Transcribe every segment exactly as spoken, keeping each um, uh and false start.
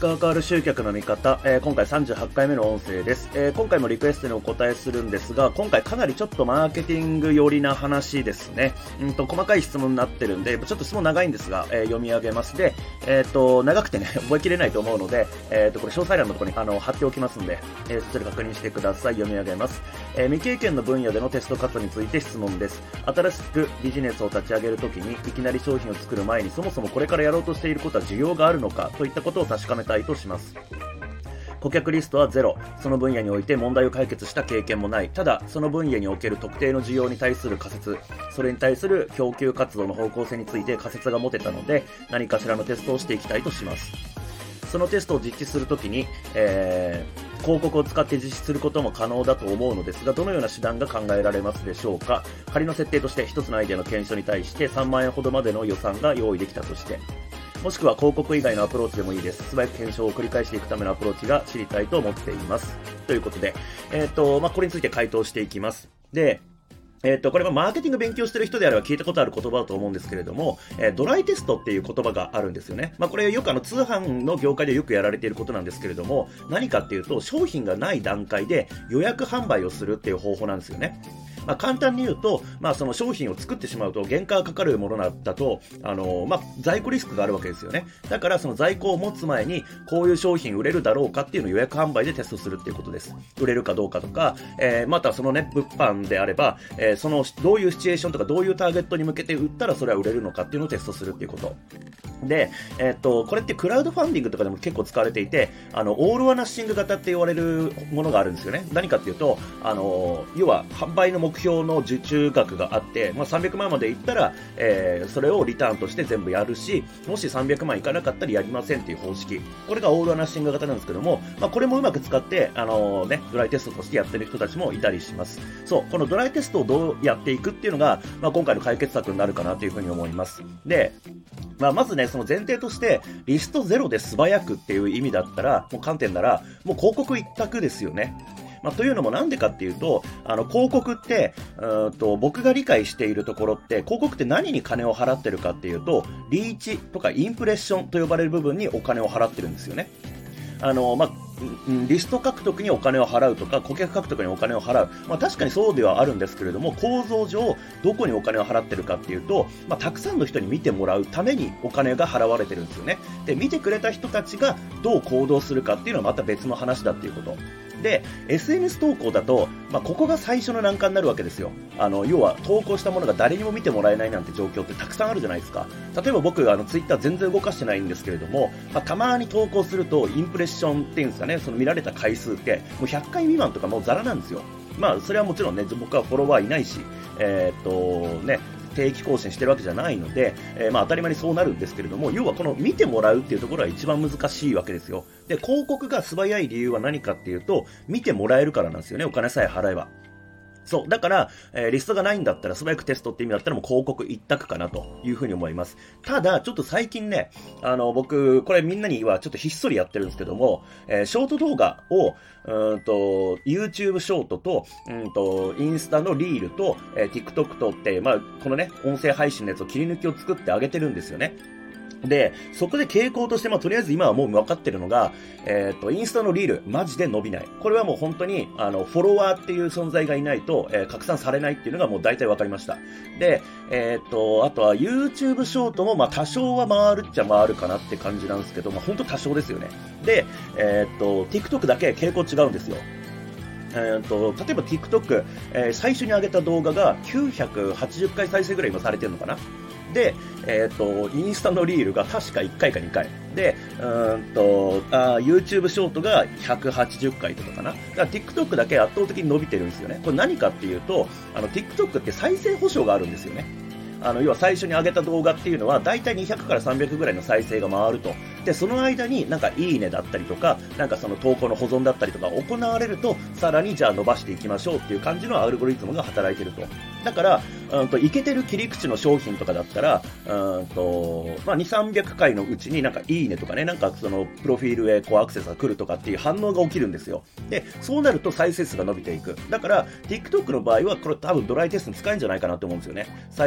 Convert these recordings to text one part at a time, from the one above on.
が変わる集客の見方、えー、今回さんじゅうはちかいめの音声です、えー、今回もリクエストにお答えするんですが、今回かなりちょっとマーケティング寄りな話ですね。うんと細かい質問になってるんでちょっと質問長いんですが、えー、読み上げますで、えー、と長くてね覚えきれないと思うので、えー、とこれ詳細欄のところにあの貼っておきますんで、えー、そちら確認してください。読み上げます、えー、未経験の分野でのテスト活動について質問です。新しくビジネスを立ち上げるときにいきなり商品を作る前にそもそもこれからやろうとしていることは需要があるのかといったことを確かめたいとします。顧客リストはゼロ、その分野において問題を解決した経験もない。ただその分野における特定の需要に対する仮説、それに対する供給活動の方向性について仮説が持てたので、何かしらのテストをしていきたいとします。そのテストを実施するときに、えー、広告を使って実施することも可能だと思うのですが、どのような手段が考えられますでしょうか。仮の設定として一つのアイデアの検証に対してさんまんえんほどまでの予算が用意できたとして、もしくは広告以外のアプローチでもいいです。素早く検証を繰り返していくためのアプローチが知りたいと思っています。ということで、えっと、まあ、これについて回答していきます。で、えっと、これはマーケティング勉強してる人であれば聞いたことある言葉だと思うんですけれども、えー、ドライテストっていう言葉があるんですよね。まあ、これよくあの通販の業界でよくやられていることなんですけれども、何かっていうと商品がない段階で予約販売をするっていう方法なんですよね。まあ、簡単に言うと、まあ、その商品を作ってしまうと原価がかかるものだと、あのーまあ、在庫リスクがあるわけですよね。だからその在庫を持つ前にこういう商品売れるだろうかっていうのを予約販売でテストするっていうことです。売れるかどうかとか、えー、またそのね物販であれば、えー、そのどういうシチュエーションとかどういうターゲットに向けて売ったらそれは売れるのかっていうのをテストするっていうことで、えー、っとこれってクラウドファンディングとかでも結構使われていて、あのオール・オア・ナッシング型って言われるものがあるんですよね。何かっていうと、あのー、要は販売の目標の受注額があって、まあ、さんびゃくまんまでいったら、えー、それをリターンとして全部やるし、もしさんびゃくまんいかなかったらやりませんっていう方式、これがオール・オア・ナッシング型なんですけども、まあ、これもうまく使って、あのーね、ドライテストとしてやってる人たちもいたりします。そう、このドライテストをどうやっていくっていうのが、まあ、今回の解決策になるかなというふうに思います。で、まあ、まずね、その前提としてリストゼロで素早くっていう意味だったら、もう観点ならもう広告一択ですよね。まあ、というのもなんでかっていうと、あの広告ってうーんと僕が理解しているところって、広告って何に金を払ってるかっていうと、リーチとかインプレッションと呼ばれる部分にお金を払ってるんですよね。あのまあリスト獲得にお金を払うとか顧客獲得にお金を払う、まあ、確かにそうではあるんですけれども、構造上どこにお金を払ってるかっていうと、まあ、たくさんの人に見てもらうためにお金が払われてるんですよね。で、見てくれた人たちがどう行動するかっていうのはまた別の話だっていうことで、 エスエヌエス 投稿だと、まあ、ここが最初の難関になるわけですよ。あの要は投稿したものが誰にも見てもらえないなんて状況ってたくさんあるじゃないですか。例えば僕あのツイッター全然動かしてないんですけれども、まあ、たまに投稿するとインプレッションっていうんですかね、その見られた回数ってもうひゃっかい未満とかもうザラなんですよ。まあそれはもちろんね、僕はフォロワーいないし、えー、っとね定期更新してるわけじゃないので、えー、まあ当たり前にそうなるんですけれども、要はこの見てもらうっていうところは一番難しいわけですよ。で、広告が素早い理由は何かっていうと、見てもらえるからなんですよね。お金さえ払えば。そう。だから、えー、リストがないんだったら素早くテストって意味だったらもう広告一択かなというふうに思います。ただ、ちょっと最近ね、あの、僕、これみんなにはちょっとひっそりやってるんですけども、えー、ショート動画を、うーんと、YouTube ショートと、うんと、インスタのリールと、えー、TikTok とって、まあ、このね、音声配信のやつを切り抜きを作ってあげてるんですよね。で、そこで傾向として、まあ、とりあえず今はもう分かってるのが、えっと、インスタのリール、マジで伸びない。これはもう本当に、あの、フォロワーっていう存在がいないと、えー、拡散されないっていうのがもう大体分かりました。で、えっと、あとは YouTube ショートも、まあ、多少は回るっちゃ回るかなって感じなんですけど、まあ、本当多少ですよね。で、えっと、TikTok だけ傾向違うんですよ。えー、と例えば TikTok、えー、最初に上げた動画がきゅうひゃくはちじゅっかい再生ぐらい今されてるのかな。で、えー、とインスタのリールが確かいっかいかにかいで、うーんとあ YouTube ショートがひゃくはちじゅっかいとかかな。だから TikTok だけ圧倒的に伸びてるんですよね。これ何かっていうと、あの TikTok って再生保証があるんですよね。あの要は最初に上げた動画っていうのはだいたいにひゃくからさんびゃくぐらいの再生が回ると。でその間になんかいいねだったりとか、なんかその投稿の保存だったりとか行われると、さらにじゃあ伸ばしていきましょうっていう感じのアルゴリズムが働いてると。だから、うんとイケてる切り口の商品とかだったら、うんとまあにせんさんびゃくかいのうちになんかいいねとかね、なんかそのプロフィールへこうアクセスが来るとかっていう反応が起きるんですよ。でそうなると再生数が伸びていく。だから TikTok の場合はこれ多分ドライテストに使えるんじゃないかなと思うんですよね。再生保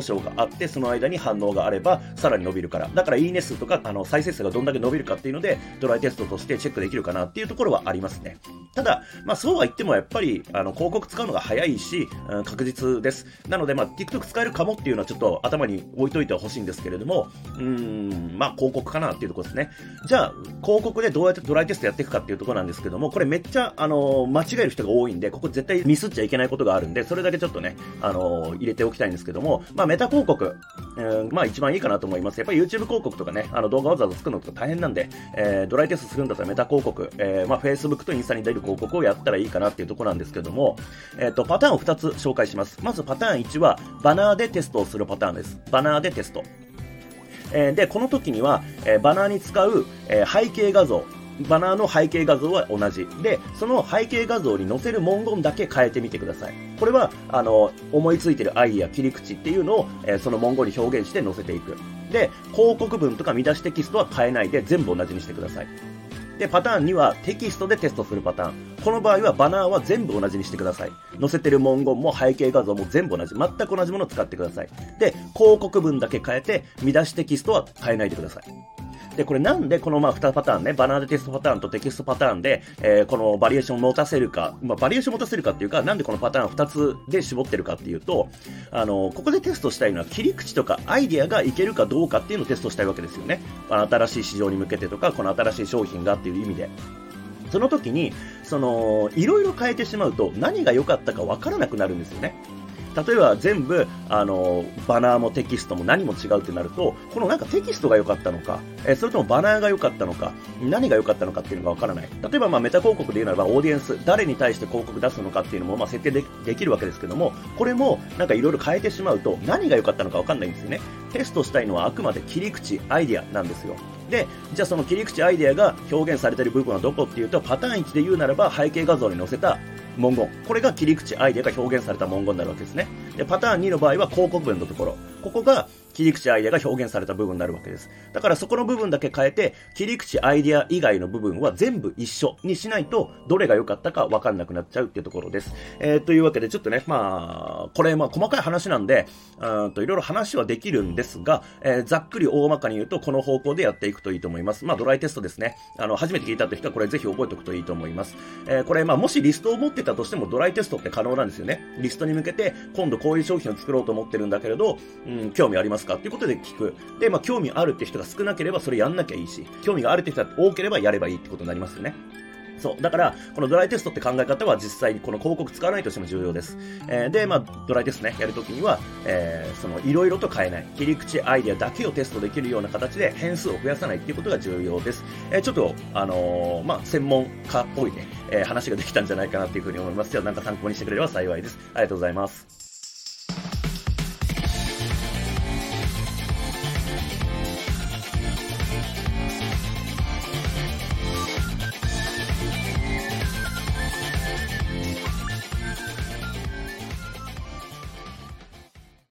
象があって、その間に反応があればさらに伸びるから。だからいいね数とかあの再生数がどんだけ伸びるかっていうのでドライテストとしてチェックできるかなっていうところはありますね。ただ、まあ、そうは言ってもやっぱりあの広告使うのが早いし、うん、確実です。なので、まあ、TikTok 使えるかもっていうのはちょっと頭に置いといてほしいんですけれども、うーん、まあ広告かなっていうところですね。じゃあ広告でどうやってドライテストやっていくかっていうところなんですけども、これめっちゃあの間違える人が多いんで、ここ絶対ミスっちゃいけないことがあるんで、それだけちょっとねあの入れておきたいんですけども、まあメタ広告、うん、まあ一番いいかなと思います。やっぱり YouTube 広告とかね、あの動画わざわざ作るのとか大変なんで、えー、ドライテストするんだったらメタ広告、えー、まあ Facebook とインスタに出る広告をやったらいいかなっていうところなんですけども、えっとパターンをふたつ紹介します。まずパターンいちはバナーでテストをするパターンです。バナーでテスト。えー、でこの時には、えー、バナーに使う、えー、背景画像、バナーの背景画像は同じで、その背景画像に載せる文言だけ変えてみてください。これはあの思いついてるアイディア、切り口っていうのを、えー、その文言に表現して載せていく。で広告文とか見出しテキストは変えないで全部同じにしてください。でパターンにはテキストでテストするパターン。この場合はバナーは全部同じにしてください。載せてる文言も背景画像も全部同じ、全く同じものを使ってください。で広告文だけ変えて見出しテキストは変えないでください。でこれなんでこのまあにパターンね、バナーでテストパターンとテキストパターンで、えー、このバリエーションを持たせるか、まあ、バリエーションを持たせるかっていうか、なんでこのパターンふたつで絞ってるかっていうと、あのここでテストしたいのは切り口とかアイディアがいけるかどうかっていうのをテストしたいわけですよね。まあ、新しい市場に向けてとか、この新しい商品がっていう意味で。その時にそのいろいろ変えてしまうと何が良かったか分からなくなるんですよね。例えば全部あのバナーもテキストも何も違うってなると、このなんかテキストが良かったのか、えそれともバナーが良かったのか、何が良かったのかっていうのが分からない。例えばまあメタ広告で言うならばオーディエンス、誰に対して広告出すのかっていうのもまあ設定 で, できるわけですけども、これもなんかいろいろ変えてしまうと何が良かったのか分かんないんですよね。テストしたいのはあくまで切り口、アイディアなんですよ。でじゃあその切り口、アイディアが表現されている部分はどこっていうと、パターンいちで言うならば背景画像に載せた文言、これが切り口、アイデアが表現された文言になるわけですね。でパターンにの場合は広告文のところ、ここが切り口、アイデアが表現された部分になるわけです。だからそこの部分だけ変えて、切り口、アイデア以外の部分は全部一緒にしないと、どれが良かったか分かんなくなっちゃうっていうところです。えー、というわけでちょっとね、まあこれまあ細かい話なんで、うんといろいろ話はできるんですが、えー、ざっくり大まかに言うとこの方向でやっていくといいと思います。まあドライテストですね。あの初めて聞いたという人はこれぜひ覚えておくといいと思います。えー、これまあもしリストを持ってたとしてもドライテストって可能なんですよね。リストに向けて今度こういう商品を作ろうと思ってるんだけれど、うん、興味ありますかっていうことで聞く。で、まあ興味あるって人が少なければそれやんなきゃいいし、興味があるって人が多ければやればいいってことになりますよね。そう。だから、このドライテストって考え方は実際にこの広告使わないとしても重要です。えー、で、まあ、ドライテストね、やるときには、えー、その、いろいろと変えない。切り口、アイデアだけをテストできるような形で変数を増やさないっていうことが重要です。えー、ちょっと、あのー、まあ、専門家っぽいね、えー、話ができたんじゃないかなっていうふうに思います。じゃあ、なんか参考にしてくれれば幸いです。ありがとうございます。